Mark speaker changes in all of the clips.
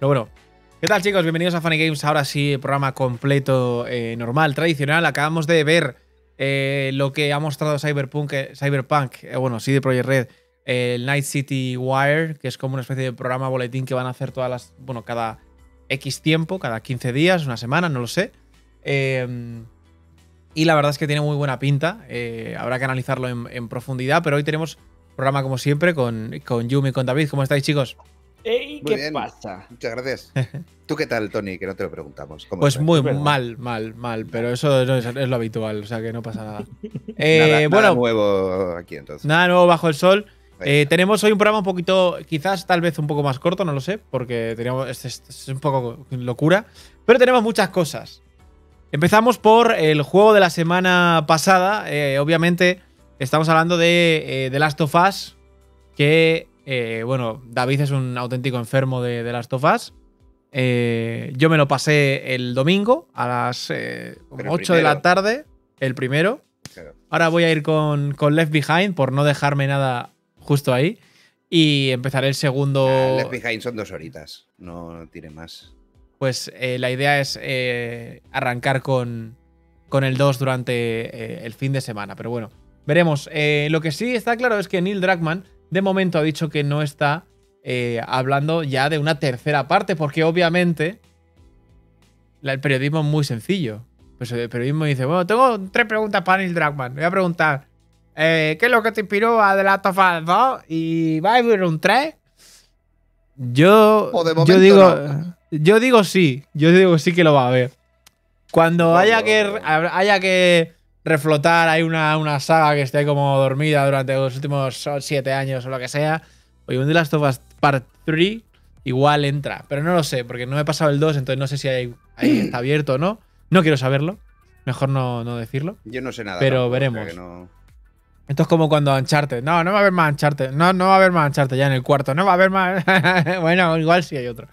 Speaker 1: Pero bueno, ¿qué tal, chicos? Bienvenidos a Funny Games. Ahora sí, programa completo, normal, tradicional. Acabamos de ver lo que ha mostrado Cyberpunk, bueno, CD Projekt Red, el Night City Wire, que es como una especie de programa boletín que van a hacer todas las, bueno, cada X tiempo, cada 15 días, una semana, no lo sé. Y la verdad es que tiene muy buena pinta. Habrá que analizarlo en profundidad, pero hoy tenemos programa como siempre con Yumi y con David. ¿Cómo estáis, chicos?
Speaker 2: Ey, ¿qué
Speaker 3: bien.
Speaker 2: pasa?
Speaker 3: Muchas gracias. ¿Tú qué tal, Tony? Que no te lo preguntamos.
Speaker 1: Pues
Speaker 3: estás?
Speaker 1: muy mal, pero eso no es lo habitual, o sea que no pasa nada.
Speaker 3: Nada
Speaker 1: bueno,
Speaker 3: nuevo aquí entonces.
Speaker 1: nada nuevo bajo el sol.
Speaker 3: Venga.
Speaker 1: Tenemos hoy un programa un poquito, quizás tal vez un poco más corto, no lo sé, porque teníamos, es un poco locura, pero tenemos muchas cosas. Empezamos por el juego de la semana pasada. Obviamente estamos hablando de The Last of Us, que, bueno, David es un auténtico enfermo de The Last of Us. Yo me lo pasé el domingo a las 8 de la tarde, el primero.
Speaker 3: Claro.
Speaker 1: Ahora voy a ir con Left Behind por no dejarme nada justo ahí. Y empezaré el segundo.
Speaker 3: Left Behind son 2 horitas, no tiene más.
Speaker 1: Pues la idea es arrancar con el 2 durante el fin de semana. Pero bueno, veremos. Lo que sí está claro es que Neil Druckmann de momento ha dicho que no está hablando ya de una tercera parte, porque obviamente el periodismo es muy sencillo. Pues el periodismo dice, bueno, tengo 3 preguntas para Neil Druckmann. Voy a preguntar, ¿qué es lo que te inspiró a The Last of Us 2? ¿Y va a haber un 3? Yo digo...
Speaker 3: No.
Speaker 1: Yo digo sí que lo va a haber. Cuando haya que reflotar, hay una saga que esté como dormida durante los últimos 7 años o lo que sea. Oye, un The Last of Us Part 3 igual entra, pero no lo sé, porque no he pasado el 2, entonces no sé si ahí está abierto o no. No quiero saberlo, mejor no decirlo.
Speaker 3: Yo no sé nada.
Speaker 1: Pero
Speaker 3: tampoco,
Speaker 1: veremos.
Speaker 3: O sea no...
Speaker 1: Esto es como cuando Uncharted. No va a haber más Uncharted. No va a haber más Uncharted ya en el cuarto. No va a haber más. Bueno, igual sí hay otro.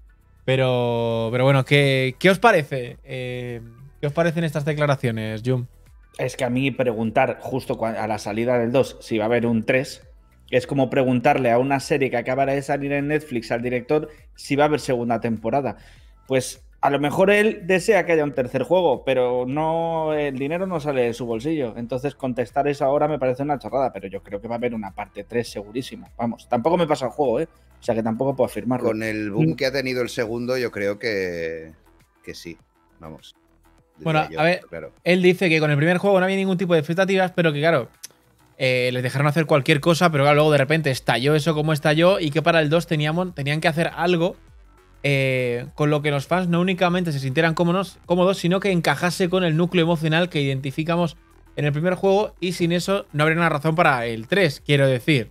Speaker 1: Pero bueno, ¿qué os parece? ¿Qué os parecen estas declaraciones, Jum?
Speaker 2: Es que a mí preguntar justo a la salida del 2 si va a haber un 3 es como preguntarle a una serie que acaba de salir en Netflix al director si va a haber segunda temporada. Pues a lo mejor él desea que haya un tercer juego, pero no, el dinero no sale de su bolsillo. Entonces contestar eso ahora me parece una chorrada, pero yo creo que va a haber una parte 3 segurísimo. Vamos, tampoco me pasa el juego, ¿eh? O sea que tampoco puedo afirmarlo.
Speaker 3: Con el boom que ha tenido el segundo, yo creo que sí. Vamos.
Speaker 1: Bueno,
Speaker 3: Yo,
Speaker 1: a ver,
Speaker 3: claro.
Speaker 1: él dice que con el primer juego no había ningún tipo de expectativas, pero que claro, les dejaron hacer cualquier cosa, pero claro, luego de repente estalló eso como estalló y que para el 2 tenían que hacer algo con lo que los fans no únicamente se sintieran cómodos, sino que encajase con el núcleo emocional que identificamos en el primer juego, y sin eso no habría una razón para el 3. Quiero decir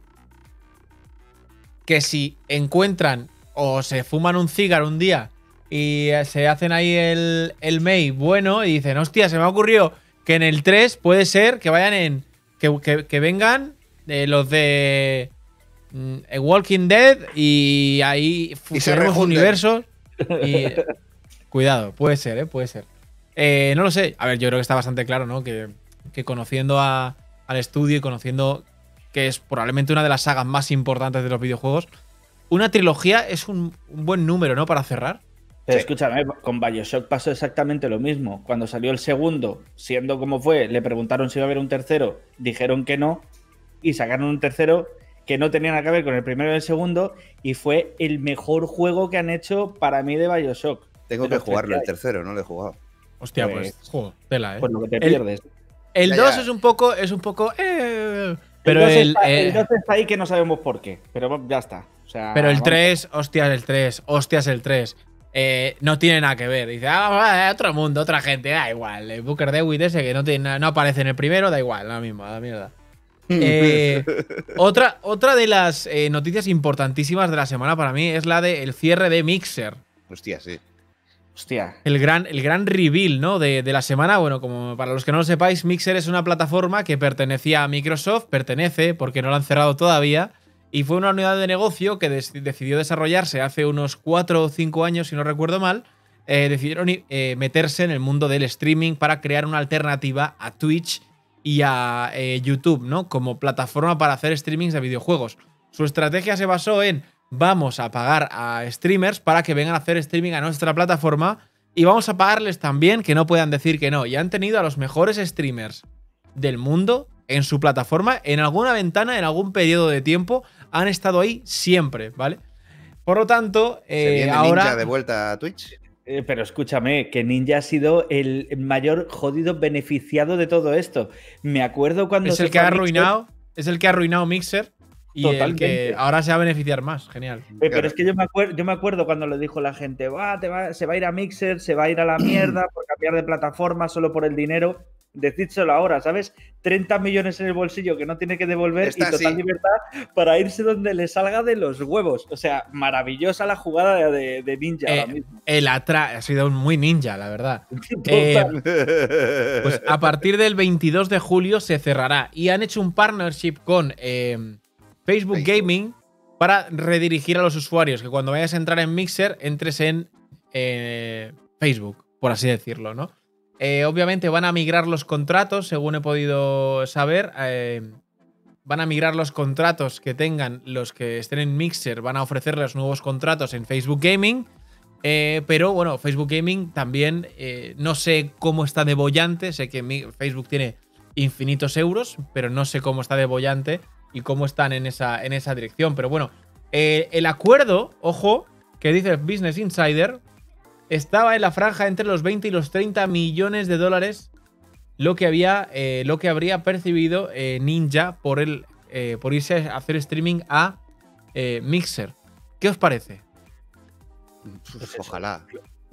Speaker 1: que si encuentran o se fuman un cigarro un día y se hacen ahí el May bueno y dicen, hostia, se me ha ocurrido que en el 3 puede ser que vayan que vengan los de Walking Dead y ahí fusionemos universos. Y cuidado, puede ser, puede ser. No lo sé. A ver, yo creo que está bastante claro, ¿no? Que conociendo al estudio y conociendo que es probablemente una de las sagas más importantes de los videojuegos, una trilogía es un buen número, ¿no? Para cerrar.
Speaker 2: Pero
Speaker 3: Sí.
Speaker 2: escúchame, con BioShock pasó exactamente lo mismo. Cuando salió el segundo, siendo como fue, le preguntaron si iba a haber un tercero, dijeron que no, y sacaron un tercero que no tenía nada que ver con el primero y el segundo, y fue el mejor juego que han hecho para mí de BioShock.
Speaker 3: Tengo que jugarlo, el tercero, no lo he jugado.
Speaker 1: Hostia, pues, joder, tela,
Speaker 2: Pues lo que te pierdes.
Speaker 1: El
Speaker 3: Ya,
Speaker 1: 2
Speaker 3: ya.
Speaker 1: es un poco. Pero
Speaker 2: el 2 está ahí que no sabemos por qué, pero ya está. O sea,
Speaker 1: Pero el
Speaker 2: vamos.
Speaker 1: 3, hostias el 3. No tiene nada que ver. Dice, otro mundo, otra gente, da igual. El Booker DeWitt ese que no aparece en el primero, da igual, la misma, la mierda. Otra de las noticias importantísimas de la semana para mí es la del cierre de Mixer.
Speaker 3: Hostia, sí.
Speaker 2: Hostia.
Speaker 1: El gran reveal, ¿no? de la semana. Bueno, como para los que no lo sepáis, Mixer es una plataforma que pertenecía a Microsoft, pertenece porque no la han cerrado todavía, y fue una unidad de negocio que decidió desarrollarse hace unos 4 o 5 años, si no recuerdo mal. Decidieron meterse en el mundo del streaming para crear una alternativa a Twitch y a YouTube, ¿no? Como plataforma para hacer streamings de videojuegos. Su estrategia se basó en vamos a pagar a streamers para que vengan a hacer streaming a nuestra plataforma y vamos a pagarles también que no puedan decir que no. Y han tenido a los mejores streamers del mundo en su plataforma, en alguna ventana, en algún periodo de tiempo, han estado ahí siempre, ¿vale? Por lo tanto,
Speaker 3: ¿Se viene
Speaker 1: ahora…
Speaker 3: Ninja de vuelta a Twitch?
Speaker 2: Pero escúchame, que Ninja ha sido el mayor jodido beneficiado de todo esto. Me acuerdo cuando
Speaker 1: es el que ha arruinado, es el que ha arruinado Mixer y el
Speaker 2: Totalmente.
Speaker 1: que ahora se va a beneficiar más. Genial.
Speaker 2: Pero es que yo me acuerdo cuando le dijo la gente, se va a ir a Mixer, se va a ir a la mierda por cambiar de plataforma solo por el dinero. Decídselo ahora, ¿sabes? 30 millones en el bolsillo que no tiene que devolver
Speaker 3: Está
Speaker 2: y total
Speaker 3: así.
Speaker 2: libertad para irse donde le salga de los huevos. O sea, maravillosa la jugada de Ninja ahora mismo.
Speaker 1: El ha sido muy ninja, la verdad.
Speaker 2: Total.
Speaker 1: Pues a partir del 22 de julio se cerrará y han hecho un partnership con Facebook Gaming para redirigir a los usuarios, que cuando vayas a entrar en Mixer entres en Facebook, por así decirlo, ¿no? Obviamente van a migrar los contratos, según he podido saber. Van a migrar los contratos que tengan los que estén en Mixer, van a ofrecerles nuevos contratos en Facebook Gaming. Pero bueno, Facebook Gaming también no sé cómo está de bollante. Sé que Facebook tiene infinitos euros, pero no sé cómo está de bollante y cómo están en esa dirección. Pero bueno, el acuerdo, ojo, que dice Business Insider, estaba en la franja entre los 20 y los 30 millones de dólares lo que habría percibido Ninja por irse a hacer streaming a Mixer. ¿Qué os parece?
Speaker 3: Ojalá.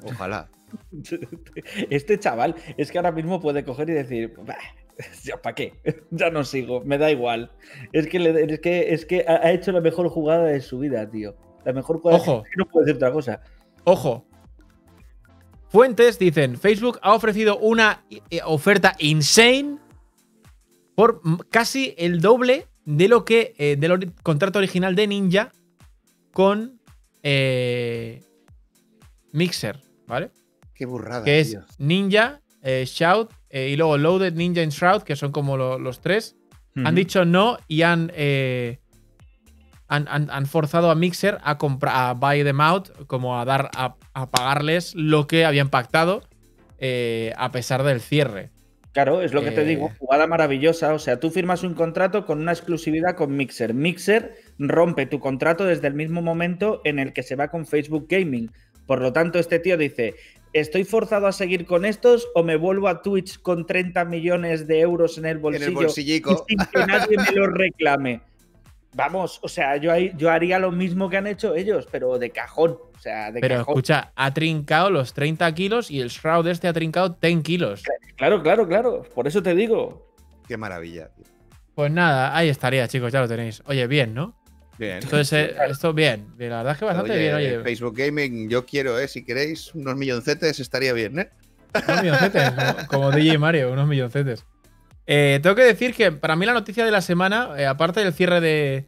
Speaker 2: Este chaval es que ahora mismo puede coger y decir, ¿para qué? Ya no sigo, me da igual. Es que ha hecho la mejor jugada de su vida, tío. La mejor jugada.
Speaker 1: Ojo.
Speaker 2: No puedo decir otra cosa.
Speaker 1: Ojo. Fuentes dicen, Facebook ha ofrecido una oferta insane por casi el doble de lo que del contrato original de Ninja con Mixer, ¿vale?
Speaker 3: Qué burrada.
Speaker 1: Que es
Speaker 3: tío.
Speaker 1: Ninja, Shout y luego Loaded, Ninja y Shroud, que son como los tres. Han dicho no y han forzado a Mixer a buy them out, como a pagarles lo que habían pactado a pesar del cierre.
Speaker 2: Claro, es lo que te digo, jugada maravillosa. O sea, tú firmas un contrato con una exclusividad con Mixer. Mixer rompe tu contrato desde el mismo momento en el que se va con Facebook Gaming. Por lo tanto, este tío dice, ¿estoy forzado a seguir con estos o me vuelvo a Twitch con 30 millones de euros en el bolsillo?
Speaker 3: En el bolsillico.
Speaker 2: Sin que nadie me lo reclame. Vamos, o sea, yo haría lo mismo que han hecho ellos, pero de cajón. O sea, de
Speaker 1: Pero
Speaker 2: cajón.
Speaker 1: escucha, ha trincado los 30 kilos y el Shroud este ha trincado 10 kilos.
Speaker 2: Claro. Por eso te digo.
Speaker 3: Qué maravilla. Tío.
Speaker 1: Pues nada, ahí estaría, chicos, ya lo tenéis. Oye, bien, ¿no?
Speaker 3: Bien.
Speaker 1: Entonces, esto bien. La verdad es que bastante bien, oye.
Speaker 3: Facebook Gaming, yo quiero, si queréis, unos milloncetes estaría bien, ¿eh?
Speaker 1: Unos milloncetes, como DJ Mario, unos milloncetes. Tengo que decir que para mí la noticia de la semana, aparte del cierre de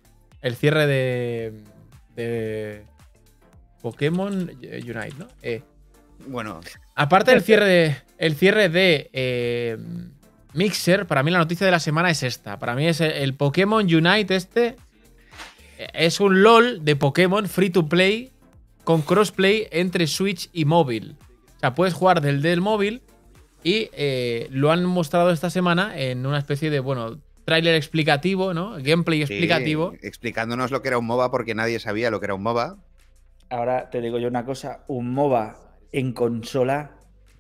Speaker 1: Pokémon Unite, ¿no?
Speaker 3: Bueno,
Speaker 1: Aparte del cierre de Mixer, para mí la noticia de la semana es esta. Para mí es el Pokémon Unite este. Es un LOL de Pokémon free to play con crossplay entre Switch y móvil. O sea, puedes jugar del móvil y lo han mostrado esta semana en una especie de, tráiler explicativo, ¿no? Gameplay explicativo.
Speaker 3: Explicándonos lo que era un MOBA porque nadie sabía lo que era un MOBA.
Speaker 2: Ahora te digo yo una cosa, un MOBA en consola,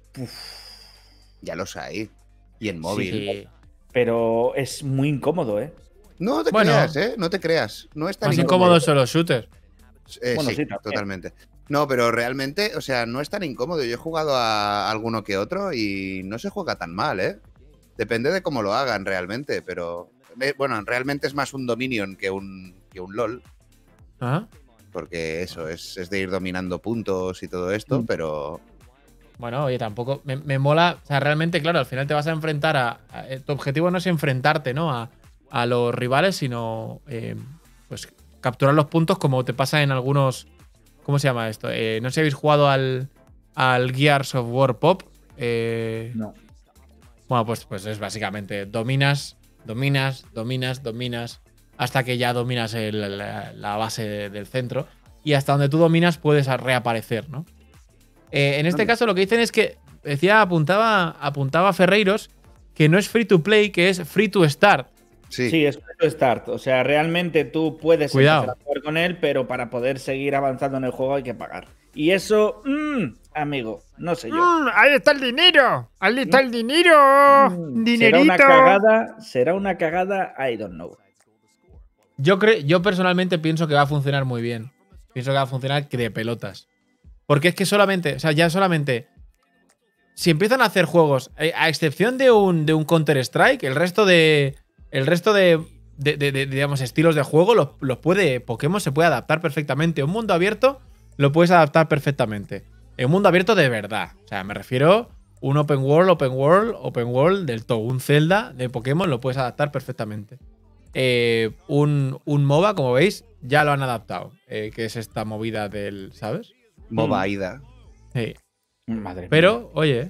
Speaker 3: Ya los hay. Y en móvil.
Speaker 1: Sí.
Speaker 2: pero es muy incómodo, ¿eh?
Speaker 3: No te
Speaker 1: Bueno.
Speaker 3: creas, ¿eh? No te creas. No es tan
Speaker 1: Más incómodos son los shooters.
Speaker 2: Bueno,
Speaker 3: sí,
Speaker 2: sí, también.
Speaker 3: totalmente. No, pero realmente, o sea, no es tan incómodo. Yo he jugado a alguno que otro y no se juega tan mal, ¿eh? Depende de cómo lo hagan realmente, pero bueno, realmente es más un Dominion que un LOL,
Speaker 1: ¿Ah?
Speaker 3: porque eso es de ir dominando puntos y todo esto, pero
Speaker 1: Bueno, oye, tampoco me mola. O sea, realmente, claro, al final te vas a enfrentar tu objetivo no es enfrentarte, ¿no? A los rivales, sino pues capturar los puntos como te pasa en algunos. ¿Cómo se llama esto? No sé si habéis jugado al Gears of War Pop.
Speaker 2: No.
Speaker 1: Bueno, pues es básicamente dominas, hasta que ya dominas la base del centro. y hasta donde tú dominas puedes reaparecer, ¿no? En este caso lo que dicen es que, apuntaba Ferreiros, que no es free to play, que es free to start.
Speaker 2: Sí, es free to start. O sea, realmente tú puedes empezar a jugar con él, pero para poder seguir avanzando en el juego hay que pagar. Y eso, amigo, no sé yo.
Speaker 4: Ahí está el dinero. Ahí está el dinero. Dinerito.
Speaker 2: Será una cagada, I don't know.
Speaker 1: Yo personalmente pienso que va a funcionar muy bien. Pienso que va a funcionar que de pelotas. Porque es que solamente, o sea, ya solamente, si empiezan a hacer juegos, a excepción de un Counter-Strike, el resto de digamos, estilos de juego los puede, Pokémon se puede adaptar perfectamente. Un mundo abierto lo puedes adaptar perfectamente. En un mundo abierto de verdad. O sea, me refiero un open world del todo. Un Zelda de Pokémon lo puedes adaptar perfectamente. Un MOBA, como veis, ya lo han adaptado. Que es esta movida del, ¿sabes?
Speaker 3: MOBA AIDA.
Speaker 1: Sí.
Speaker 2: Madre mía.
Speaker 1: Pero, oye.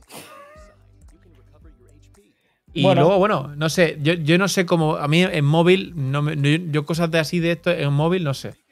Speaker 1: Y luego, bueno, no sé. Yo no sé cómo. A mí en móvil, yo cosas de así de esto en móvil, no sé.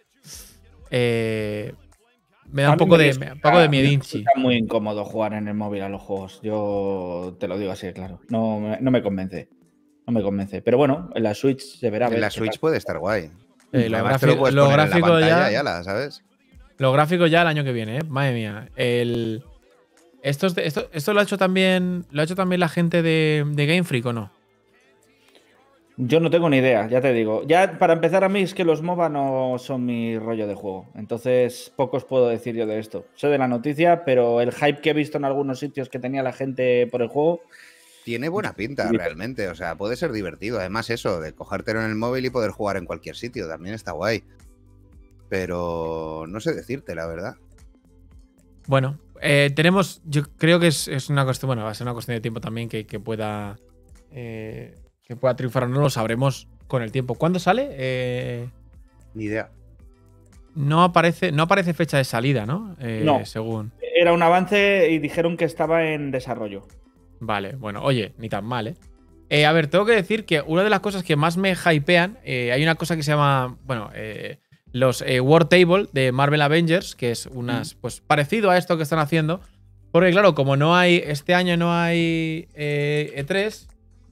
Speaker 1: Me da un poco de miedinchi.
Speaker 2: Está muy incómodo jugar en el móvil a los juegos. Yo te lo digo así, claro. No me convence. No me convence. Pero bueno, en la Switch se verá.
Speaker 3: En la Switch puede estar guay.
Speaker 1: Lo gráfico
Speaker 3: ya, ¿sabes?
Speaker 1: Los gráficos ya el año que viene, madre mía. Esto lo ha hecho también la gente de Game Freak, ¿o no?
Speaker 2: Yo no tengo ni idea, ya te digo. Ya para empezar, a mí es que los MOBA no son mi rollo de juego. Entonces, poco os puedo decir yo de esto. Sé de la noticia, pero el hype que he visto en algunos sitios que tenía la gente por el juego.
Speaker 3: Tiene buena pinta, realmente. O sea, puede ser divertido. Además, eso, de cogértelo en el móvil y poder jugar en cualquier sitio, también está guay. Pero no sé decirte, la verdad.
Speaker 1: Bueno, yo creo que es una cuestión, bueno, va a ser una cuestión de tiempo también que pueda triunfar o no, lo sabremos con el tiempo. ¿Cuándo sale?
Speaker 3: Ni idea.
Speaker 1: No aparece fecha de salida, ¿no?
Speaker 2: No.
Speaker 1: Según.
Speaker 2: Era un avance y dijeron que estaba en desarrollo.
Speaker 1: Vale, bueno, oye, ni tan mal, ¿eh? A ver, tengo que decir que una de las cosas que más me hypean, hay una cosa que se llama, bueno, los War Table de Marvel Avengers, que es pues parecido a esto que están haciendo. Porque claro, como este año no hay E3,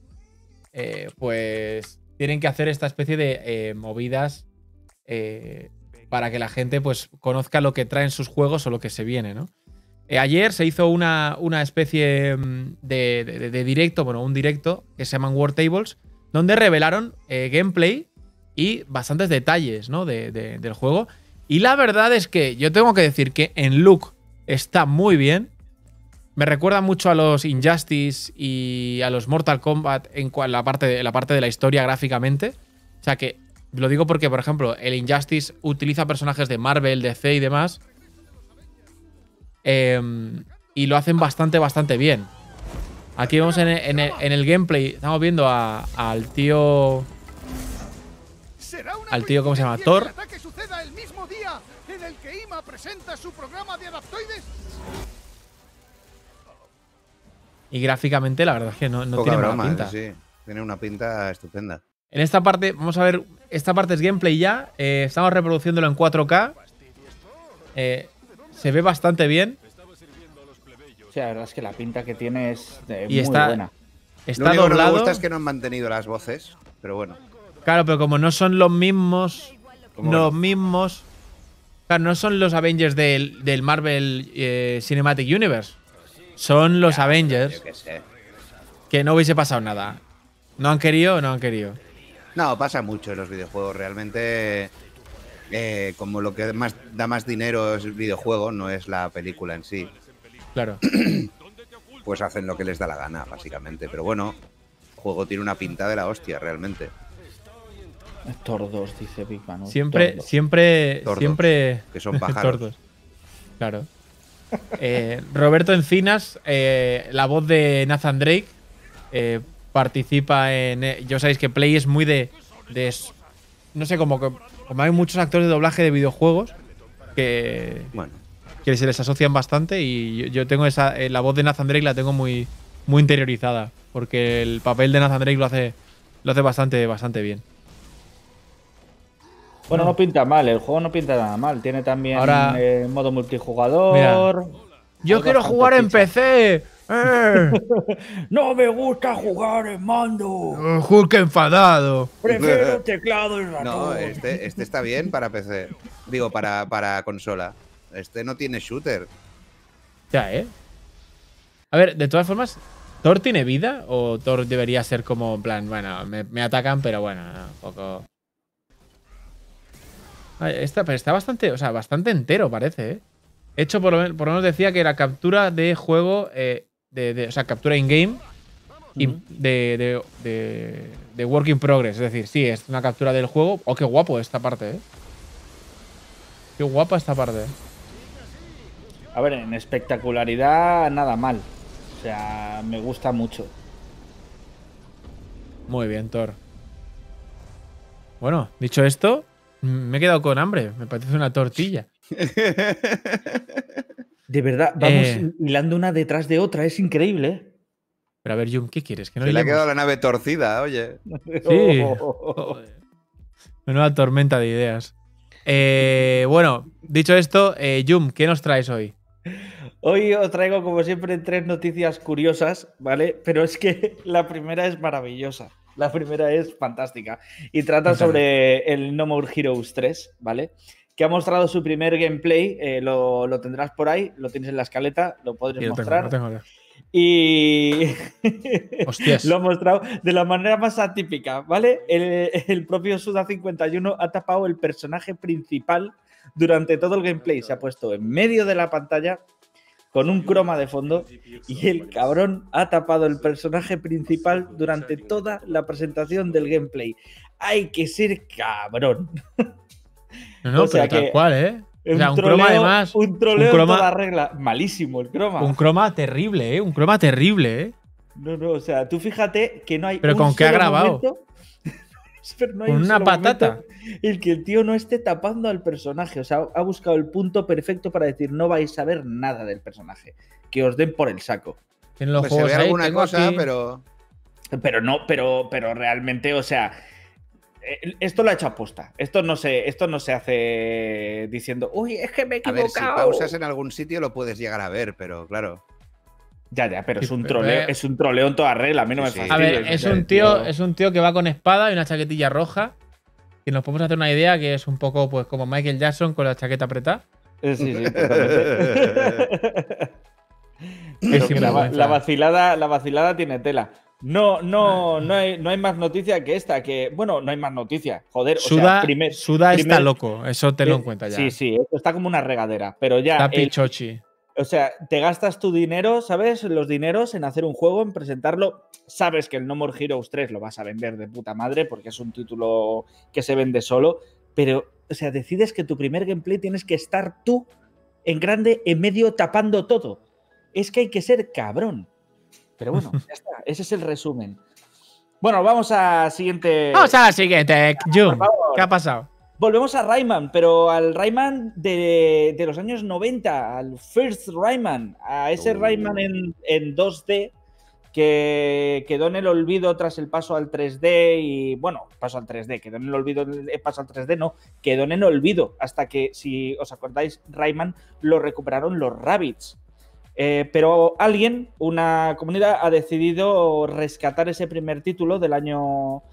Speaker 1: pues tienen que hacer esta especie de movidas para que la gente pues conozca lo que traen sus juegos o lo que se viene, ¿no? Ayer se hizo una especie de directo, bueno, un directo que se llaman War Tables, donde revelaron gameplay y bastantes detalles, ¿no? del juego. Y la verdad es que yo tengo que decir que en look está muy bien. Me recuerda mucho a los Injustice y a los Mortal Kombat en la parte de la historia gráficamente. O sea que lo digo porque, por ejemplo, el Injustice utiliza personajes de Marvel, DC y demás. Y lo hacen bastante bien. Aquí vemos en el gameplay, estamos viendo al tío... ¿cómo se llama? Thor.
Speaker 4: El mismo día en el que IMA presenta su programa de adaptoides.
Speaker 1: Y gráficamente la verdad es que no tiene mala pinta.
Speaker 3: Sí, tiene una pinta estupenda.
Speaker 1: En esta parte, vamos a ver, esta parte es gameplay ya. Estamos reproduciéndolo en 4K. Se ve bastante bien.
Speaker 2: O sea, la verdad es que la pinta que tiene es
Speaker 1: muy buena. Está
Speaker 3: lo único
Speaker 1: doblado.
Speaker 3: Que me gusta es que no han mantenido las voces, pero bueno.
Speaker 1: Claro, pero como no son los mismos. Claro, no son los Avengers del Marvel Cinematic Universe. Son los Avengers.
Speaker 3: Yo qué sé.
Speaker 1: Que no hubiese pasado nada. No han querido.
Speaker 3: No, pasa mucho en los videojuegos. Realmente, como lo que da más dinero es el videojuego, no es la película en sí.
Speaker 1: Claro.
Speaker 3: Pues hacen lo que les da la gana, básicamente. Pero bueno, el juego tiene una pinta de la hostia, realmente.
Speaker 2: Tordos, dice Big Man.
Speaker 1: Siempre.
Speaker 3: Que son pájaros.
Speaker 1: Tordos. Claro. Roberto Encinas, la voz de Nathan Drake, participa en. Ya sabéis que Play es muy de no sé, como hay muchos actores de doblaje de videojuegos que se les asocian bastante. Y yo tengo la voz de Nathan Drake la tengo muy interiorizada. Porque el papel de Nathan Drake lo hace bastante bien.
Speaker 2: Bueno, no pinta mal, el juego no pinta nada mal. Tiene también
Speaker 1: Ahora-
Speaker 2: modo multijugador.
Speaker 1: ¡Yo
Speaker 2: Hay
Speaker 1: quiero
Speaker 2: bastante
Speaker 1: jugar en
Speaker 2: chicha.
Speaker 1: PC!
Speaker 2: No me gusta jugar en mando.
Speaker 1: Hulk enfadado.
Speaker 2: Prefiero teclado y ratón.
Speaker 3: No, este está bien para PC. Digo, para consola. Este no tiene shooter.
Speaker 1: Ya, ¿eh? A ver, de todas formas, ¿Thor tiene vida? ¿O Thor debería ser como, en plan, bueno, me atacan, pero bueno, no, un poco... Ay, pero está bastante, o sea, bastante entero, parece, ¿eh? Hecho, por lo menos decía que la captura de juego, o sea, captura in-game de work in progress. Es decir, sí, es una captura del juego. Oh, qué guapo esta parte, ¿eh? Qué guapa esta parte.
Speaker 2: A ver, en espectacularidad, nada mal. O sea, me gusta mucho.
Speaker 1: Muy bien, Thor. Bueno, dicho esto, me he quedado con hambre. Me parece una tortilla.
Speaker 2: De verdad, vamos hilando una detrás de otra, es increíble, ¿eh?
Speaker 1: Pero a ver, Jum, ¿qué quieres? Que no
Speaker 3: Se le ha
Speaker 1: hilemos?
Speaker 3: quedado la nave torcida, oye.
Speaker 1: Sí. Joder. Menuda tormenta de ideas. Bueno, dicho esto, Jum, ¿qué nos traes hoy?
Speaker 2: Hoy os traigo, como siempre, 3 noticias curiosas, ¿vale? Pero es que la primera es maravillosa. La primera es fantástica. Y trata sobre el No More Heroes 3, ¿vale? Que ha mostrado su primer gameplay. Lo tendrás por ahí, lo tienes en la escaleta, lo podrás mostrar.
Speaker 1: Lo tengo.
Speaker 2: Y
Speaker 1: Hostias.
Speaker 2: lo ha mostrado de la manera más atípica, ¿vale? El propio Suda51 ha tapado el personaje principal durante todo el gameplay. Se ha puesto en medio de la pantalla con un croma de fondo y el cabrón ha tapado el personaje principal durante toda la presentación del gameplay. Hay que ser cabrón.
Speaker 1: No,
Speaker 2: O sea
Speaker 1: pero tal
Speaker 2: que-
Speaker 1: cual, ¿eh? O sea, un
Speaker 2: troleo,
Speaker 1: croma además.
Speaker 2: Un troleo
Speaker 1: un croma-
Speaker 2: en toda regla. Malísimo el croma.
Speaker 1: Un croma terrible, ¿eh? Un croma terrible, ¿eh?
Speaker 2: No, o sea, tú fíjate que no hay.
Speaker 1: ¿Pero
Speaker 2: un
Speaker 1: con qué ha
Speaker 2: solo
Speaker 1: grabado?
Speaker 2: momento- Pero no hay
Speaker 1: ¿Con
Speaker 2: un
Speaker 1: una
Speaker 2: solo
Speaker 1: patata?
Speaker 2: momento el que el tío no esté tapando al personaje. O sea, ha buscado el punto perfecto para decir: no vais a ver nada del personaje. Que os den por el saco.
Speaker 1: Tienen los
Speaker 3: Pues se
Speaker 1: juegos
Speaker 3: ve
Speaker 1: ahí,
Speaker 3: alguna
Speaker 1: tengo
Speaker 3: cosa,
Speaker 1: aquí-
Speaker 3: pero.
Speaker 2: Pero realmente, o sea. Esto lo ha hecho aposta. Esto no se hace diciendo: uy, es que me he
Speaker 3: A ver, si
Speaker 2: equivocado.
Speaker 3: pausas en algún sitio lo puedes llegar a ver, pero claro.
Speaker 2: Ya, pero
Speaker 1: Sí,
Speaker 2: es un
Speaker 1: pero,
Speaker 2: troleo, es un troleo en toda regla. A mí no
Speaker 3: Sí,
Speaker 2: me
Speaker 3: sí.
Speaker 2: fastidia.
Speaker 1: A ver, es un tío que va con espada y una chaquetilla roja. Y nos podemos hacer una idea que es un poco pues como Michael Jackson con la chaqueta apretada.
Speaker 2: Sí, totalmente. Pero que
Speaker 1: sinvergüenza.
Speaker 2: la vacilada tiene tela. No hay más noticia que esta. Bueno, no hay más noticia. Joder,
Speaker 1: Suda, Suda está
Speaker 2: primer-
Speaker 1: loco, eso tenlo en cuenta ya.
Speaker 2: Sí, esto está como una regadera. Pero ya.
Speaker 1: Está pichochi.
Speaker 2: O sea, te gastas tu dinero, ¿sabes? Los dineros en hacer un juego, en presentarlo. Sabes que el No More Heroes 3 lo vas a vender de puta madre porque es un título que se vende solo. Pero, o sea, decides que tu primer gameplay tienes que estar tú en grande, en medio, tapando todo. Es que hay que ser cabrón. Pero bueno, ya está. Ese es el resumen. Bueno, vamos a siguiente.
Speaker 1: Vamos a la siguiente, Jum.
Speaker 2: Por favor.
Speaker 1: ¿Qué ha pasado?
Speaker 2: Volvemos a Rayman, pero al Rayman de los años 90, al First Rayman, a ese Rayman en 2D que quedó en el olvido tras el paso al 3D y, bueno, paso al 3D, quedó en el olvido, el paso al 3D no, quedó en el olvido hasta que, si os acordáis, Rayman lo recuperaron los Rabbids. Pero alguien, una comunidad, ha decidido rescatar ese primer título del año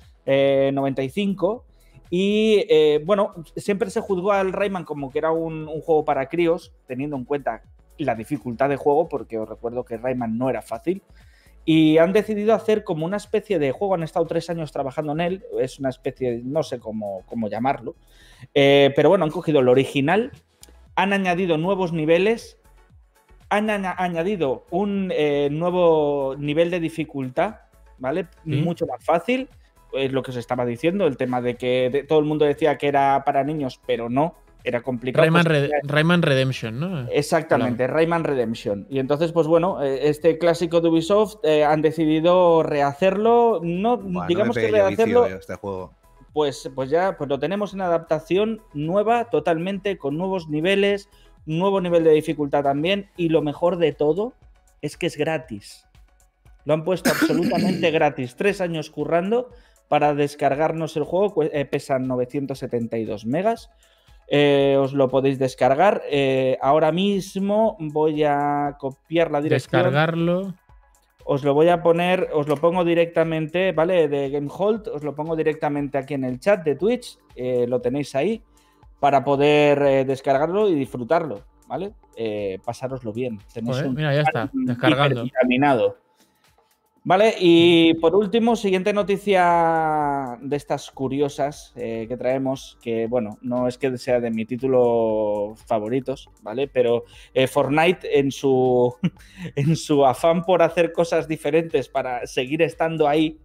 Speaker 2: 95 y, bueno, siempre se juzgó al Rayman como que era un juego para críos, teniendo en cuenta la dificultad de juego, porque os recuerdo que Rayman no era fácil. Y han decidido hacer como una especie de juego, han estado 3 años trabajando en él, es una especie, no sé cómo llamarlo, pero bueno, han cogido el original, han añadido nuevos niveles, han añadido un nuevo nivel de dificultad, ¿vale?
Speaker 1: ¿Sí?
Speaker 2: Mucho más fácil, es lo que os estaba diciendo, el tema de que todo el mundo decía que era para niños, pero no, era complicado.
Speaker 1: Rayman Redemption, ¿no?
Speaker 2: Exactamente, Rayman Redemption. Y entonces, pues bueno, este clásico de Ubisoft han decidido rehacerlo, no
Speaker 3: Buah,
Speaker 2: digamos
Speaker 3: no me
Speaker 2: que
Speaker 3: pegué yo
Speaker 2: rehacerlo,
Speaker 3: vicio, este juego.
Speaker 2: pues ya pues lo tenemos en adaptación nueva, totalmente, con nuevos niveles, nuevo nivel de dificultad también, y lo mejor de todo es que es gratis. Lo han puesto absolutamente gratis, 3 años currando, para descargarnos el juego. Pesan 972 megas. Os lo podéis descargar. Ahora mismo voy a copiar la dirección.
Speaker 1: Descargarlo.
Speaker 2: Os lo voy a poner, os lo pongo directamente, ¿vale? De GameHolt, os lo pongo directamente aquí en el chat de Twitch. Lo tenéis ahí para poder descargarlo y disfrutarlo, ¿vale? Pasároslo bien. Tenéis
Speaker 1: Joder,
Speaker 2: un
Speaker 1: mira, ya está, descargando.
Speaker 2: hipervitaminado. Vale, y por último, siguiente noticia de estas curiosas que traemos, que bueno, no es que sea de mi título favoritos, ¿vale? Pero Fortnite en su afán por hacer cosas diferentes para seguir estando ahí,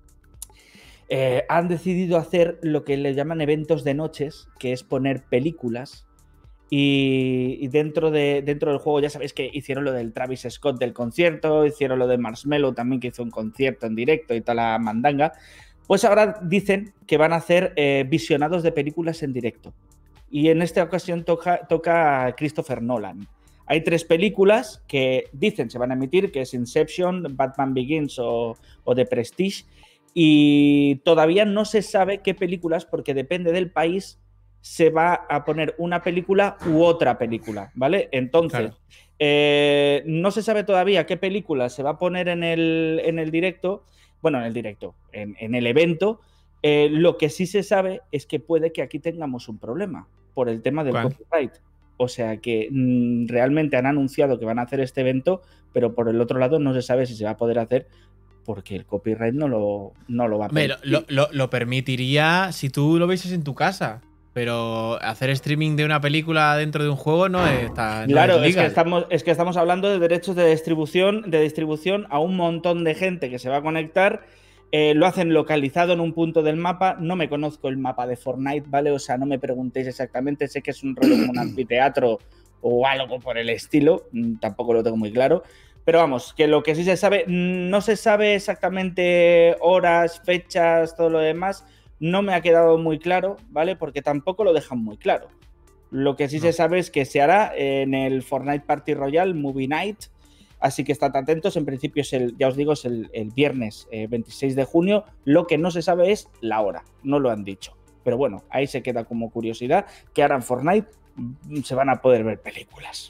Speaker 2: han decidido hacer lo que le llaman eventos de noches, que es poner películas. Y dentro del juego ya sabéis que hicieron lo del Travis Scott del concierto, hicieron lo de Marshmello también, que hizo un concierto en directo y toda la mandanga. Pues ahora dicen que van a hacer visionados de películas en directo. Y en esta ocasión toca a Christopher Nolan. Hay 3 películas que dicen se van a emitir, que es Inception, Batman Begins o The Prestige. Y todavía no se sabe qué películas, porque depende del país, se va a poner una película u otra película, ¿vale? Entonces, claro, no se sabe todavía qué película se va a poner en el directo, bueno, en el evento. Lo que sí se sabe es que puede que aquí tengamos un problema por el tema del copyright. O sea que realmente han anunciado que van a hacer este evento, pero por el otro lado no se sabe si se va a poder hacer porque el copyright no lo va a permitir.
Speaker 1: Lo permitiría si tú lo vieses en tu casa. Pero hacer streaming de una película dentro de un juego no está.
Speaker 2: Claro, es que estamos hablando de derechos de distribución a un montón de gente que se va a conectar. Lo hacen localizado en un punto del mapa. No me conozco el mapa de Fortnite, ¿vale? O sea, no me preguntéis exactamente. Sé que es un rollo como un anfiteatro o algo por el estilo. Tampoco lo tengo muy claro. Pero vamos, que lo que sí se sabe, no se sabe exactamente horas, fechas, todo lo demás. No me ha quedado muy claro, ¿vale? Porque tampoco lo dejan muy claro. Lo que sí se sabe es que se hará en el Fortnite Party Royale Movie Night. Así que estad atentos. En principio es ya os digo, es el viernes 26 de junio. Lo que no se sabe es la hora. No lo han dicho. Pero bueno, ahí se queda como curiosidad que ahora en Fortnite se van a poder ver películas.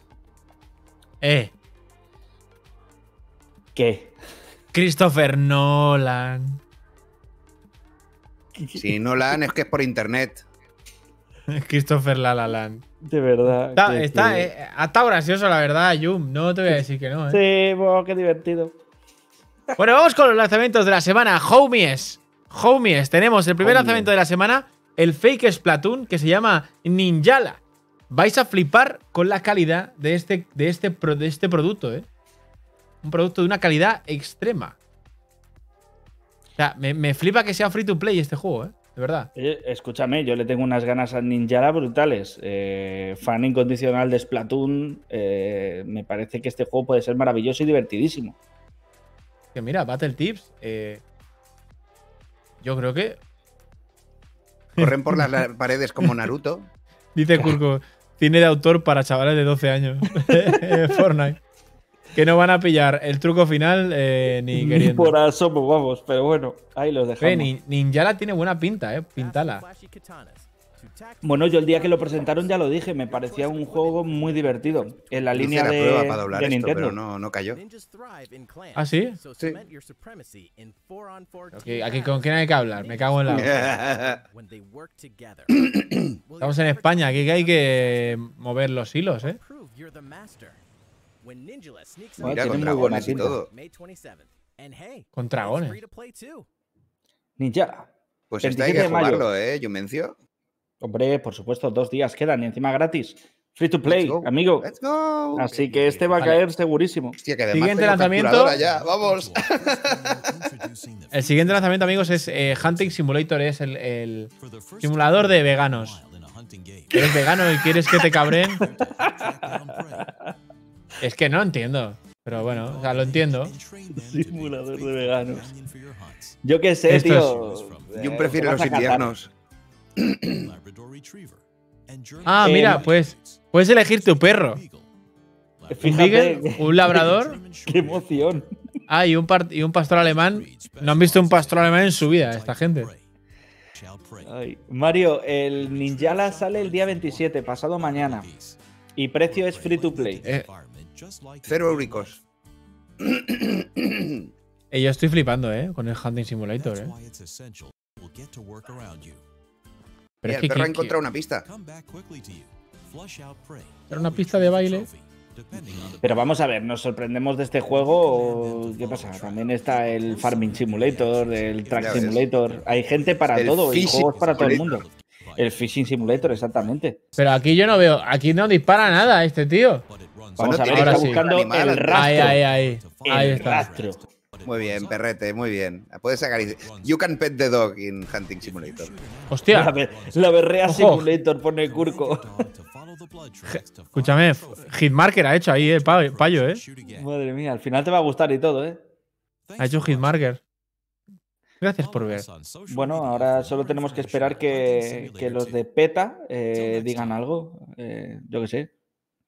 Speaker 2: ¿Qué?
Speaker 1: Christopher Nolan.
Speaker 3: Si Nolan es que es por internet.
Speaker 1: Christopher Land.
Speaker 2: De verdad.
Speaker 1: Ha estado gracioso, la verdad, Yum. No te voy a decir que no.
Speaker 2: Sí, bueno, qué divertido.
Speaker 1: Bueno, vamos con los lanzamientos de la semana. Homies, tenemos el primer lanzamiento de la semana, el fake Splatoon, que se llama Ninjala. Vais a flipar con la calidad de este producto, ¿eh? Un producto de una calidad extrema. O sea, me flipa que sea free to play este juego, ¿eh? De verdad.
Speaker 2: Escúchame, yo le tengo unas ganas a Ninjala brutales. Fan incondicional de Splatoon. Me parece que este juego puede ser maravilloso y divertidísimo.
Speaker 1: Que mira, Battle Tips. Yo creo que.
Speaker 3: Corren por las paredes como Naruto.
Speaker 1: Dice Kurko, cine de autor para chavales de 12 años. Fortnite. Que no van a pillar el truco final ni queriendo.
Speaker 2: Ni por asomo, vamos, pero bueno, ahí los dejamos.
Speaker 1: Ninjala tiene buena pinta, pintala.
Speaker 2: Bueno, yo el día que lo presentaron ya lo dije, me parecía un juego muy divertido. En la línea
Speaker 3: la
Speaker 2: de,
Speaker 3: prueba para doblar
Speaker 2: de
Speaker 3: esto,
Speaker 2: Nintendo.
Speaker 3: pero no cayó.
Speaker 1: ¿Ah, sí?
Speaker 3: Sí.
Speaker 1: Aquí ¿con quién hay que hablar? Me cago en la... Estamos en España, aquí hay que mover los hilos, ¿eh?
Speaker 3: Mira, con dragones y todo.
Speaker 1: Con dragones.
Speaker 2: Ninjala.
Speaker 3: Pues esto hay que jugarlo, ¿eh? Yumencio.
Speaker 2: Hombre, por supuesto, 2 días quedan y encima gratis. Free to play, amigo.
Speaker 3: Let's go.
Speaker 2: Así que este va a caer segurísimo.
Speaker 3: Hostia, que además
Speaker 1: siguiente lanzamiento.
Speaker 3: Ya. Vamos.
Speaker 1: El siguiente lanzamiento, amigos, es Hunting Simulator. Es el simulador de veganos. ¿Eres vegano y quieres que te cabren? Es que no entiendo. Pero bueno, o sea, lo entiendo.
Speaker 2: Simulador de veganos. Yo qué sé, tío.
Speaker 3: Yo prefiero los inviernos.
Speaker 1: Ah, mira, pues puedes elegir tu perro.
Speaker 2: Fíjate,
Speaker 1: un labrador.
Speaker 2: Qué emoción.
Speaker 1: Ah, y un pastor alemán. No han visto un pastor alemán en su vida, esta gente.
Speaker 2: Ay, Mario, el Ninjala sale el día 27, pasado mañana. Y precio es free to play.
Speaker 3: 0 euricos.
Speaker 1: Yo estoy flipando, con el Hunting Simulator, Pero
Speaker 3: Mira,
Speaker 1: es que
Speaker 3: el perro ha encontrado una pista.
Speaker 1: era una pista de baile.
Speaker 2: Pero vamos a ver, ¿nos sorprendemos de este juego? ¿O ¿qué pasa? También está el Farming Simulator, el Track
Speaker 3: Ya ves.
Speaker 2: Simulator. Hay gente para
Speaker 3: El
Speaker 2: todo y
Speaker 3: Fishing
Speaker 2: juegos para todo el
Speaker 3: Simulator.
Speaker 2: mundo. El Fishing Simulator, exactamente.
Speaker 1: Pero aquí yo no veo. Aquí no dispara nada este tío.
Speaker 2: Vamos a ver,
Speaker 1: ahora
Speaker 2: está
Speaker 1: sí.
Speaker 2: buscando
Speaker 3: Animal,
Speaker 2: el
Speaker 3: antes.
Speaker 2: rastro.
Speaker 1: Ahí
Speaker 2: El
Speaker 1: está.
Speaker 2: rastro.
Speaker 3: Muy bien, perrete, muy bien. Puedes sacar. You can pet the dog in Hunting Simulator.
Speaker 1: Hostia.
Speaker 2: La berrea
Speaker 1: Ojo.
Speaker 2: Simulator, pone Curco.
Speaker 1: Escúchame, Hitmarker ha hecho ahí el payo,
Speaker 2: Madre mía, al final te va a gustar y todo, ¿eh?
Speaker 1: Ha hecho Hitmarker. Gracias por ver.
Speaker 2: Bueno, ahora solo tenemos que esperar que los de PETA digan algo. Yo qué sé.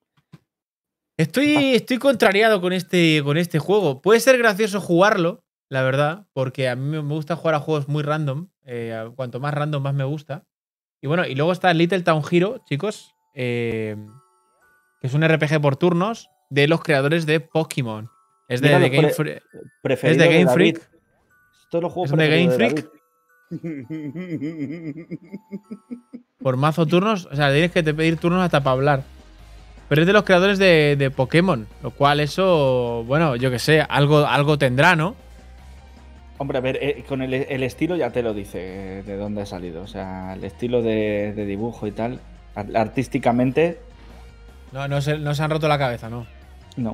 Speaker 1: Estoy contrariado con este juego. Puede ser gracioso jugarlo, la verdad, porque a mí me gusta jugar a juegos muy random. Cuanto más random, más me gusta. Y bueno, y luego está Little Town Hero, chicos, que es un RPG por turnos de los creadores de Pokémon. Es de
Speaker 2: Mira,
Speaker 1: The
Speaker 2: los
Speaker 1: Game Freak.
Speaker 2: Preferido
Speaker 1: Es de Game
Speaker 2: David.
Speaker 1: Freak.
Speaker 2: Todos los juegos
Speaker 1: ¿Es de Game
Speaker 2: preferidos
Speaker 1: Freak? Por mazo turnos. O sea, tienes que pedir turnos hasta para hablar. Pero es de los creadores de Pokémon. Lo cual eso, bueno, yo que sé, algo tendrá, ¿no?
Speaker 2: Hombre, a ver, con el estilo ya te lo dice de dónde ha salido. O sea, el estilo de dibujo y tal. Artísticamente,
Speaker 1: No se han roto la cabeza, ¿no?
Speaker 2: no.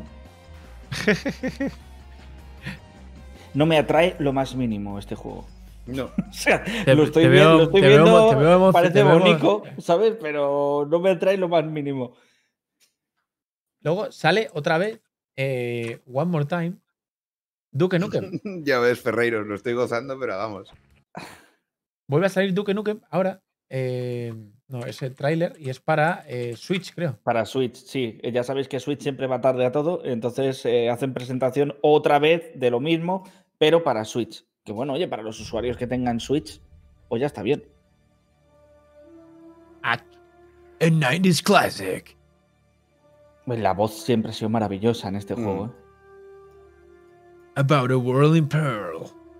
Speaker 2: No me atrae lo más mínimo este juego.
Speaker 3: No.
Speaker 2: O sea,
Speaker 1: Te-
Speaker 2: lo estoy
Speaker 1: te
Speaker 2: viendo,
Speaker 1: veo-
Speaker 2: lo estoy
Speaker 1: te veo
Speaker 2: viendo,
Speaker 1: te veo
Speaker 2: parece
Speaker 1: te veo
Speaker 2: bonito, ¿sabes? Pero no me atrae lo más mínimo.
Speaker 1: Luego sale otra vez One More Time Duke Nukem.
Speaker 3: Ya ves, Ferreiro, lo estoy gozando, pero vamos.
Speaker 1: Vuelve a salir Duke Nukem ahora. No, es el tráiler y es para Switch, creo.
Speaker 2: Para Switch, sí. Ya sabéis que Switch siempre va tarde a todo, entonces hacen presentación otra vez de lo mismo, pero para Switch. Que bueno, oye, para los usuarios que tengan Switch, pues ya está bien.
Speaker 1: A 90s Classic.
Speaker 2: Pues la voz siempre ha sido maravillosa en este juego. ¿eh?
Speaker 1: About a World in Peril.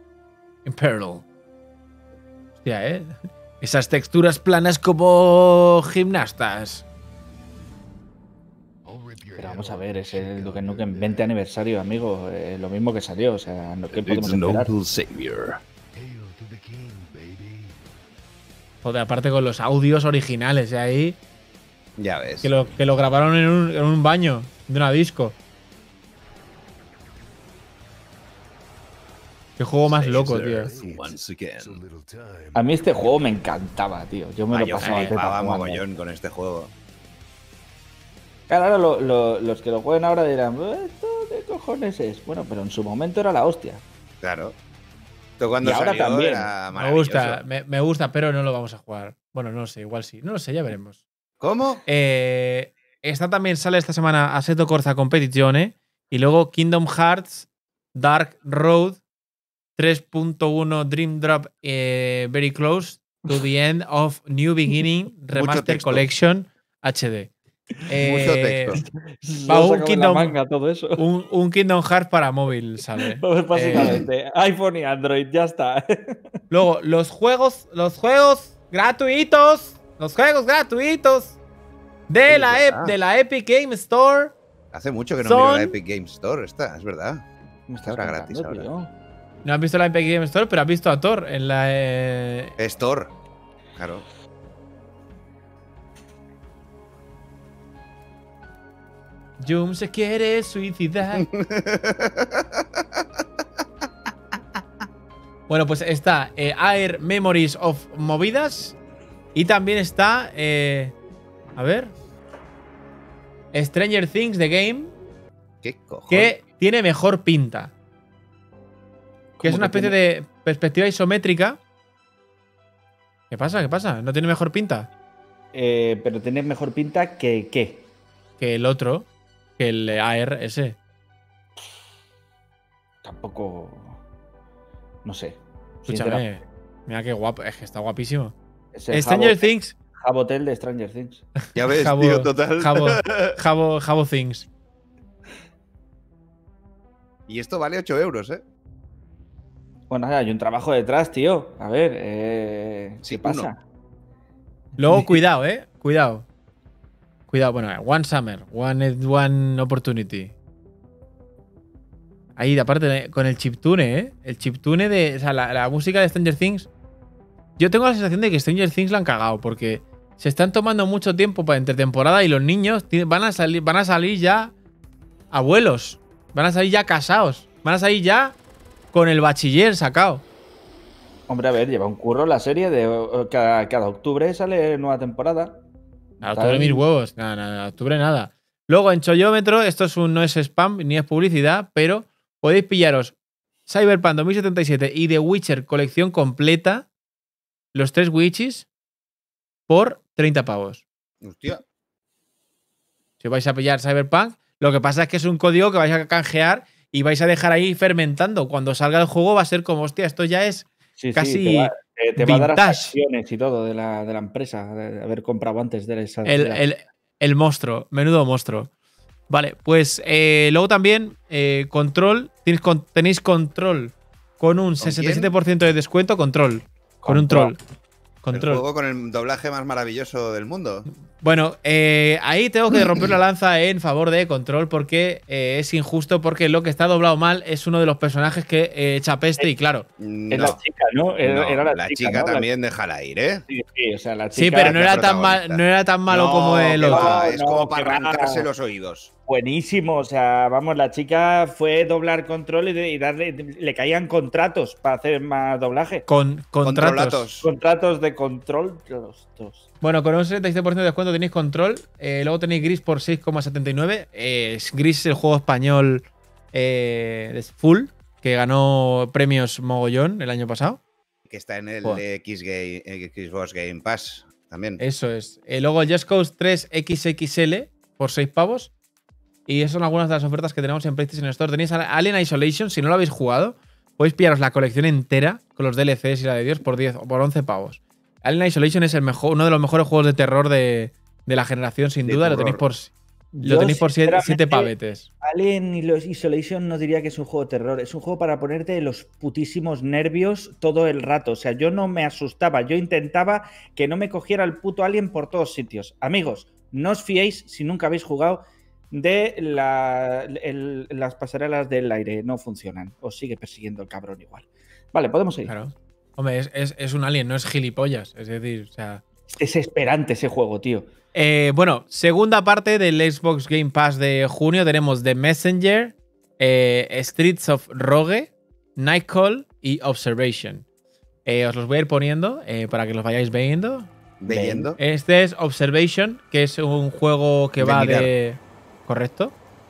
Speaker 1: Hostia, esas texturas planas como gimnastas.
Speaker 2: Pero vamos a ver, es el Duke Nukem 20 aniversario, amigo. Lo mismo que salió, o sea, ¿qué podemos esperar?
Speaker 1: Joder, aparte con los audios originales ahí,
Speaker 3: Ya ves.
Speaker 1: que lo grabaron en un baño de una disco. Qué juego más loco, tío.
Speaker 2: A mí este juego me encantaba, tío. Yo me lo
Speaker 3: Yo
Speaker 2: pasaba
Speaker 3: flipaba
Speaker 2: jugando.
Speaker 3: mogollón con este juego.
Speaker 2: Claro, ahora los que lo jueguen ahora dirán, ¿esto qué cojones es? Bueno, pero en su momento era la hostia.
Speaker 3: Claro. Esto cuando
Speaker 2: Y ahora
Speaker 3: salió
Speaker 2: también.
Speaker 3: era
Speaker 1: Me gusta,
Speaker 3: maravilloso.
Speaker 1: me gusta, pero no lo vamos a jugar. Bueno, no lo sé, igual sí. No lo sé, ya veremos.
Speaker 3: ¿Cómo?
Speaker 1: Esta también sale esta semana Assetto Corsa Competizione. Y luego Kingdom Hearts Dark Road 3.1 Dream Drop Very Close to the End of New Beginning Remaster
Speaker 3: texto.
Speaker 1: Collection HD.
Speaker 3: Mucho texto.
Speaker 1: Va,
Speaker 2: Lo
Speaker 1: un
Speaker 2: sacan en la
Speaker 1: Kingdom-
Speaker 2: manga todo eso.
Speaker 1: Un Kingdom Hearts para móvil sale.
Speaker 2: Pues básicamente, iPhone y Android, ya está.
Speaker 1: Luego, los juegos gratuitos. Los juegos gratuitos de la Epic Game Store.
Speaker 3: Hace mucho que no
Speaker 1: Son-
Speaker 3: miro la Epic Game Store, esta, es verdad.
Speaker 2: Me estás
Speaker 3: Ahora
Speaker 2: contando,
Speaker 3: gratis,
Speaker 2: tío.
Speaker 1: No has visto la Epic Game Store, pero has visto a Thor en la.
Speaker 3: Store. Claro.
Speaker 1: Jum se quiere suicidar. Bueno, pues está Air Memories of Movidas. Y también está. A ver. Stranger Things The Game.
Speaker 3: ¿Qué cojones?
Speaker 1: Que tiene mejor pinta. Que es
Speaker 2: ¿Cómo
Speaker 1: una
Speaker 2: que
Speaker 1: especie de perspectiva isométrica. ¿Qué pasa? ¿Qué pasa? ¿No tiene mejor pinta?
Speaker 2: Pero tiene mejor pinta que ¿qué?
Speaker 1: Que el otro. Que el AR ese.
Speaker 2: tampoco. No sé.
Speaker 1: Escúchame, mira qué guapo, es que está guapísimo.
Speaker 2: Es el
Speaker 1: Stranger Things.
Speaker 2: Jabotel de Stranger Things.
Speaker 3: Ya ves,
Speaker 1: Jabo-
Speaker 3: tío, total.
Speaker 1: Jabo Things.
Speaker 3: Y esto vale 8 euros, ¿eh?
Speaker 2: Bueno, hay un trabajo detrás, tío. A ver,
Speaker 3: Sí,
Speaker 2: ¿qué pasa?
Speaker 1: Luego, cuidado, cuidado. Cuidado, bueno, One Summer, One Opportunity. Ahí, aparte, con el chiptune, El chiptune de. O sea, la música de Stranger Things. Yo tengo la sensación de que Stranger Things la han cagado, porque se están tomando mucho tiempo para entre temporada y los niños van a salir ya abuelos. Van a salir ya casados. Van a salir ya con el bachiller sacado.
Speaker 2: Hombre, a ver, lleva un curro la serie de cada octubre sale nueva temporada.
Speaker 1: A octubre mis huevos. Nada, octubre nada. Luego en Chollómetro, esto no es spam ni es publicidad, pero podéis pillaros Cyberpunk 2077 y The Witcher colección completa, los 3 Witches, por 30 pavos.
Speaker 3: Hostia.
Speaker 1: Si os vais a pillar Cyberpunk, lo que pasa es que es un código que vais a canjear y vais a dejar ahí fermentando. Cuando salga el juego va a ser como, hostia, esto ya es casi
Speaker 2: te va a dar
Speaker 1: vintage.
Speaker 2: acciones y todo de la empresa, de haber comprado antes de esa.
Speaker 1: El monstruo, menudo monstruo. Vale, pues luego también Control, tenéis Control con un 67% de descuento, Control. Con un troll. Control.
Speaker 3: El juego con el doblaje más maravilloso del mundo.
Speaker 1: Bueno, ahí tengo que romper la lanza en favor de Control porque es injusto, porque lo que está doblado mal es uno de los personajes que echa peste y claro.
Speaker 2: Es la chica, ¿no? Era
Speaker 3: la
Speaker 2: chica,
Speaker 3: chica
Speaker 2: ¿no?
Speaker 3: también déjala ir, ¿eh?
Speaker 2: Sí, o sea, la chica.
Speaker 1: Sí, pero no
Speaker 3: la
Speaker 1: era tan malo como el
Speaker 3: que
Speaker 1: otro.
Speaker 3: va, es
Speaker 2: No,
Speaker 3: como
Speaker 2: que
Speaker 3: para
Speaker 2: va.
Speaker 3: arrancarse los oídos.
Speaker 2: Buenísimo, o sea, vamos, la chica fue doblar Control y darle, le caían contratos para hacer más doblaje.
Speaker 1: Contratos.
Speaker 3: Controlatos.
Speaker 2: Contratos de Control, los dos.
Speaker 1: Bueno, con un 77% de descuento tenéis Control. Luego tenéis Gris por 6,79. Gris es el juego español de Full, que ganó premios mogollón el año pasado.
Speaker 3: Que está en el
Speaker 1: Joder.
Speaker 3: Xbox Game Pass también.
Speaker 1: Eso es. Luego el Just Cause 3 XXL por 6 pavos. Y esas son algunas de las ofertas que tenemos en PlayStation Store. Tenéis Alien Isolation, si no lo habéis jugado, podéis pillaros la colección entera con los DLCs y la de Dios por 11 pavos. Alien Isolation es uno de los mejores juegos de terror de la generación, sin duda. Lo tenéis por 7 pavetes.
Speaker 2: Alien Isolation no diría que es un juego de terror. Es un juego para ponerte los putísimos nervios todo el rato. O sea, yo no me asustaba. Yo intentaba que no me cogiera el puto Alien por todos sitios. Amigos, no os fiéis si nunca habéis jugado de las pasarelas del aire. No funcionan. Os sigue persiguiendo el cabrón igual. Vale, podemos ir.
Speaker 1: Claro. Hombre, es un Alien, no es gilipollas. Es decir, o sea.
Speaker 2: Es desesperante ese juego, tío.
Speaker 1: Bueno, segunda parte del Xbox Game Pass de junio. Tenemos The Messenger, Streets of Rogue, Nightcall y Observation. Os los voy a ir poniendo para que los vayáis viendo.
Speaker 3: ¿Leyendo?
Speaker 1: Este es Observation, que es un juego que va
Speaker 3: mirar.
Speaker 1: de. ¿Correcto?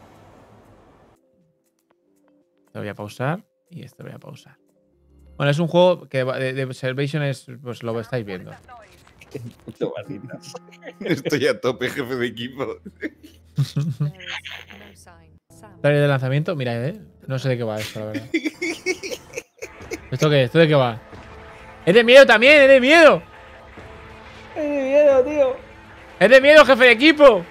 Speaker 1: Lo voy a pausar y esto lo voy a pausar. Bueno, es un juego que va de Observation, pues lo estáis viendo.
Speaker 3: Estoy a tope, jefe de equipo.
Speaker 1: Trailer de lanzamiento, mira, no sé de qué va esto, la verdad. ¿Esto qué es? ¿Esto de qué va? ¡Es de miedo también! ¡Es de miedo!
Speaker 2: ¡Es de miedo, tío!
Speaker 1: ¡Es de miedo, jefe de equipo!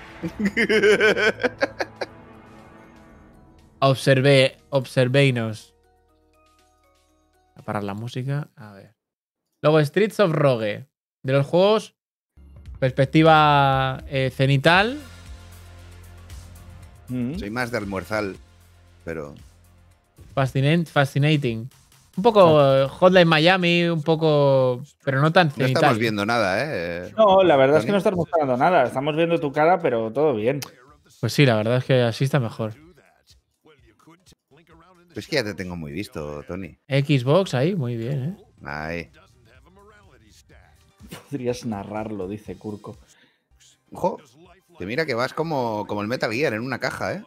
Speaker 1: Observeinos. Voy a parar la música. A ver. Luego, Streets of Rogue. De los juegos, perspectiva cenital.
Speaker 3: Soy más de almuerzal, pero.
Speaker 1: Fascinating. Un poco Hotline Miami, un poco. Pero no tan
Speaker 3: No
Speaker 1: cenital.
Speaker 3: estamos viendo nada, ¿eh?
Speaker 2: No, la verdad es que no estamos mostrando nada. Estamos viendo tu cara, pero todo bien.
Speaker 1: Pues sí, la verdad es que así está mejor.
Speaker 3: Pues que ya te tengo muy visto, Tony.
Speaker 1: Xbox ahí, muy bien,
Speaker 3: Ay.
Speaker 2: Podrías narrarlo, dice Kurko.
Speaker 3: Ojo, que mira que vas como el Metal Gear en una caja, ¿eh?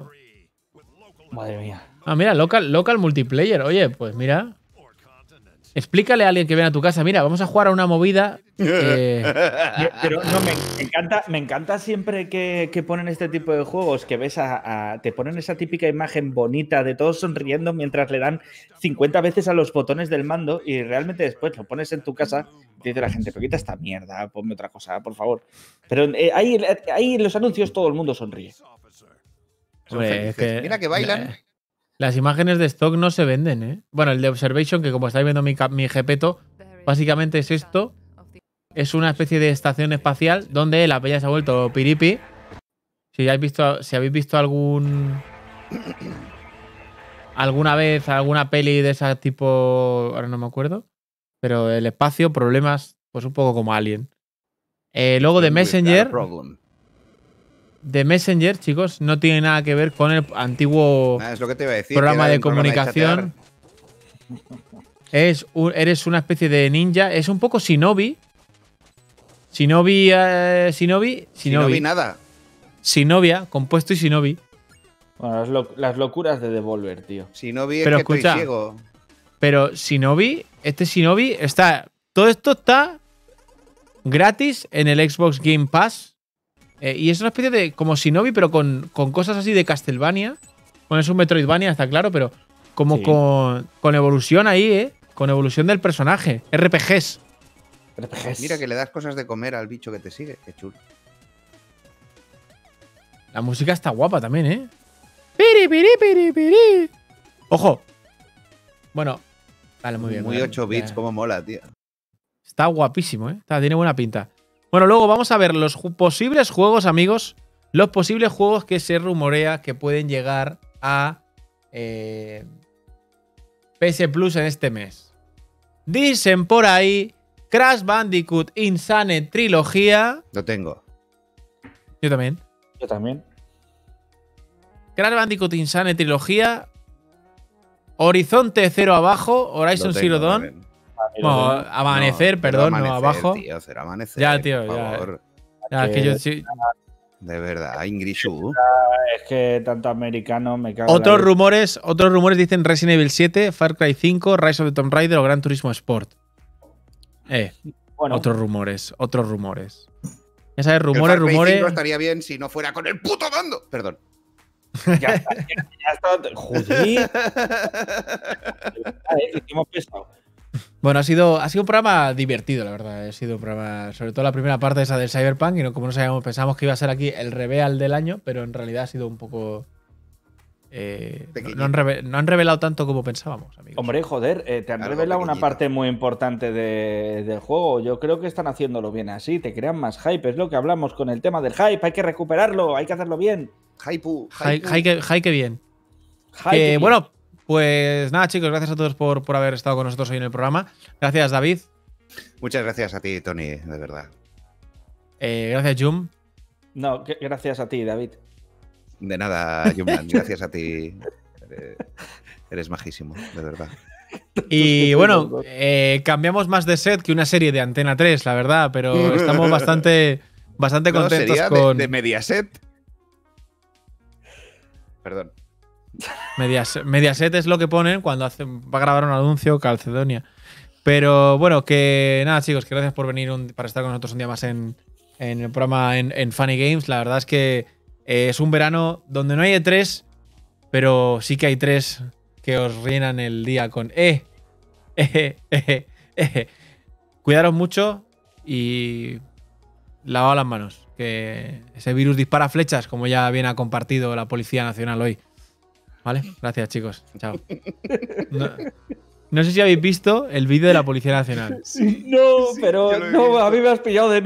Speaker 2: Madre mía.
Speaker 1: Ah, mira, local multiplayer. Oye, pues mira. Explícale a alguien que viene a tu casa, mira, vamos a jugar a una movida.
Speaker 2: Pero no, me encanta siempre que ponen este tipo de juegos, que ves te ponen esa típica imagen bonita de todos sonriendo mientras le dan 50 veces a los botones del mando y realmente después lo pones en tu casa y te dice la gente, pero quita esta mierda, ponme otra cosa, por favor. Pero ahí en los anuncios todo el mundo sonríe.
Speaker 3: Son
Speaker 1: Hombre, es
Speaker 3: felices. Mira que bailan.
Speaker 1: Las imágenes de stock no se venden, ¿eh? Bueno, el de Observation, que como estáis viendo mi Gepeto, básicamente es esto. Es una especie de estación espacial donde la peña se ha vuelto piripi. Si habéis visto alguna vez alguna peli de ese tipo, ahora no me acuerdo, pero el espacio, problemas, pues un poco como Alien. Luego de Messenger. De Messenger, chicos, no tiene nada que ver con el antiguo
Speaker 3: Es lo que te iba a decir,
Speaker 1: programa
Speaker 3: que era
Speaker 1: de
Speaker 3: un programa
Speaker 1: comunicación. Eres una especie de ninja. Es un poco Shinobi. Shinobi.
Speaker 3: Nada.
Speaker 1: Shinovia, compuesto y Shinobi.
Speaker 2: Bueno, las locuras de Devolver, tío.
Speaker 3: Shinobi es
Speaker 1: Pero
Speaker 3: que
Speaker 1: escucha,
Speaker 3: estoy ciego.
Speaker 1: Pero Shinobi, Shinobi está. Todo esto está gratis en el Xbox Game Pass. Y es una especie de. Como Shinobi, pero con cosas así de Castlevania. Bueno, es un Metroidvania, está claro, pero como
Speaker 2: Sí.
Speaker 1: con evolución ahí, ¿eh? Con evolución del personaje. RPGs.
Speaker 3: Mira que le das cosas de comer al bicho que te sigue. Qué chulo.
Speaker 1: La música está guapa también, ¿eh? Piri, piri, piri, piri. Ojo. Bueno. Vale, muy bien.
Speaker 3: Muy 8 bits, como mola, tío.
Speaker 1: Está guapísimo, ¿eh? Tiene buena pinta. Bueno, luego vamos a ver los posibles juegos, amigos. Los posibles juegos que se rumorea que pueden llegar a PS Plus en este mes. Dicen por ahí Crash Bandicoot Insane Trilogía.
Speaker 3: Lo tengo.
Speaker 1: Yo también.
Speaker 2: Yo también.
Speaker 1: Crash Bandicoot Insane Trilogía. Horizonte Cero Abajo. Horizon
Speaker 3: Lo tengo
Speaker 1: Zero Dawn.
Speaker 3: también.
Speaker 1: No, Amanecer,
Speaker 3: No,
Speaker 1: perdón,
Speaker 3: Cero
Speaker 1: no
Speaker 3: Amanecer,
Speaker 1: abajo.
Speaker 3: Tío, Cero Amanecer,
Speaker 1: Ya, tío,
Speaker 3: por
Speaker 1: ya.
Speaker 3: favor.
Speaker 1: Ya, es que yo sí.
Speaker 3: De verdad, Ingrishu.
Speaker 2: Es que tanto americano me cago en
Speaker 1: Otros
Speaker 2: la
Speaker 1: rumores dicen Resident Evil 7, Far Cry 5, Rise of the Tomb Raider o Gran Turismo Sport.
Speaker 2: Bueno,
Speaker 1: Otros rumores. Ya sabes,
Speaker 3: El Far Cry
Speaker 1: rumores.
Speaker 3: 5 estaría bien si no fuera con el puto mando. Perdón.
Speaker 2: ya está. Joder. Hemos pesado.
Speaker 1: Bueno, ha sido un programa divertido, la verdad. Ha sido un programa, sobre todo la primera parte esa del Cyberpunk, y no, como no sabíamos, pensábamos que iba a ser aquí el reveal del año, pero en realidad ha sido un poco. No han revelado tanto como pensábamos, amigos.
Speaker 2: Hombre, joder, te han
Speaker 3: Algo
Speaker 2: revelado una
Speaker 3: pequeñito.
Speaker 2: parte muy importante del juego. Yo creo que están haciéndolo bien así, te crean más hype. Es lo que hablamos con el tema del hype. Hay que recuperarlo, hay que hacerlo bien.
Speaker 3: Haipu.
Speaker 1: Que bien.
Speaker 2: Hype bien.
Speaker 1: Bueno, pues nada, chicos, gracias a todos por haber estado con nosotros hoy en el programa. Gracias, David.
Speaker 3: Muchas gracias a ti, Tony, de verdad.
Speaker 1: Gracias, Jum.
Speaker 2: No, gracias a ti, David.
Speaker 3: De nada, Jumlan, gracias a ti. Eres majísimo, de verdad.
Speaker 1: Y bueno, cambiamos más de set que una serie de Antena 3, la verdad, pero estamos bastante
Speaker 3: No,
Speaker 1: contentos
Speaker 3: sería
Speaker 1: con
Speaker 3: de Mediaset. Perdón.
Speaker 1: Mediaset es lo que ponen cuando va a grabar un anuncio Calcedonia. Pero bueno, que nada, chicos, que gracias por venir para estar con nosotros un día más en el programa en Funny Games. La verdad es que es un verano donde no hay E3, pero sí que hay 3 que os rellenan el día con Cuidaros mucho y lavaos las manos, que ese virus dispara flechas, como ya bien ha compartido la Policía Nacional hoy. ¿Vale? Gracias, chicos. Chao. No sé si habéis visto el vídeo de la Policía Nacional.
Speaker 2: No, pero
Speaker 3: yo lo he
Speaker 2: no,
Speaker 3: visto.
Speaker 2: a mí me has pillado de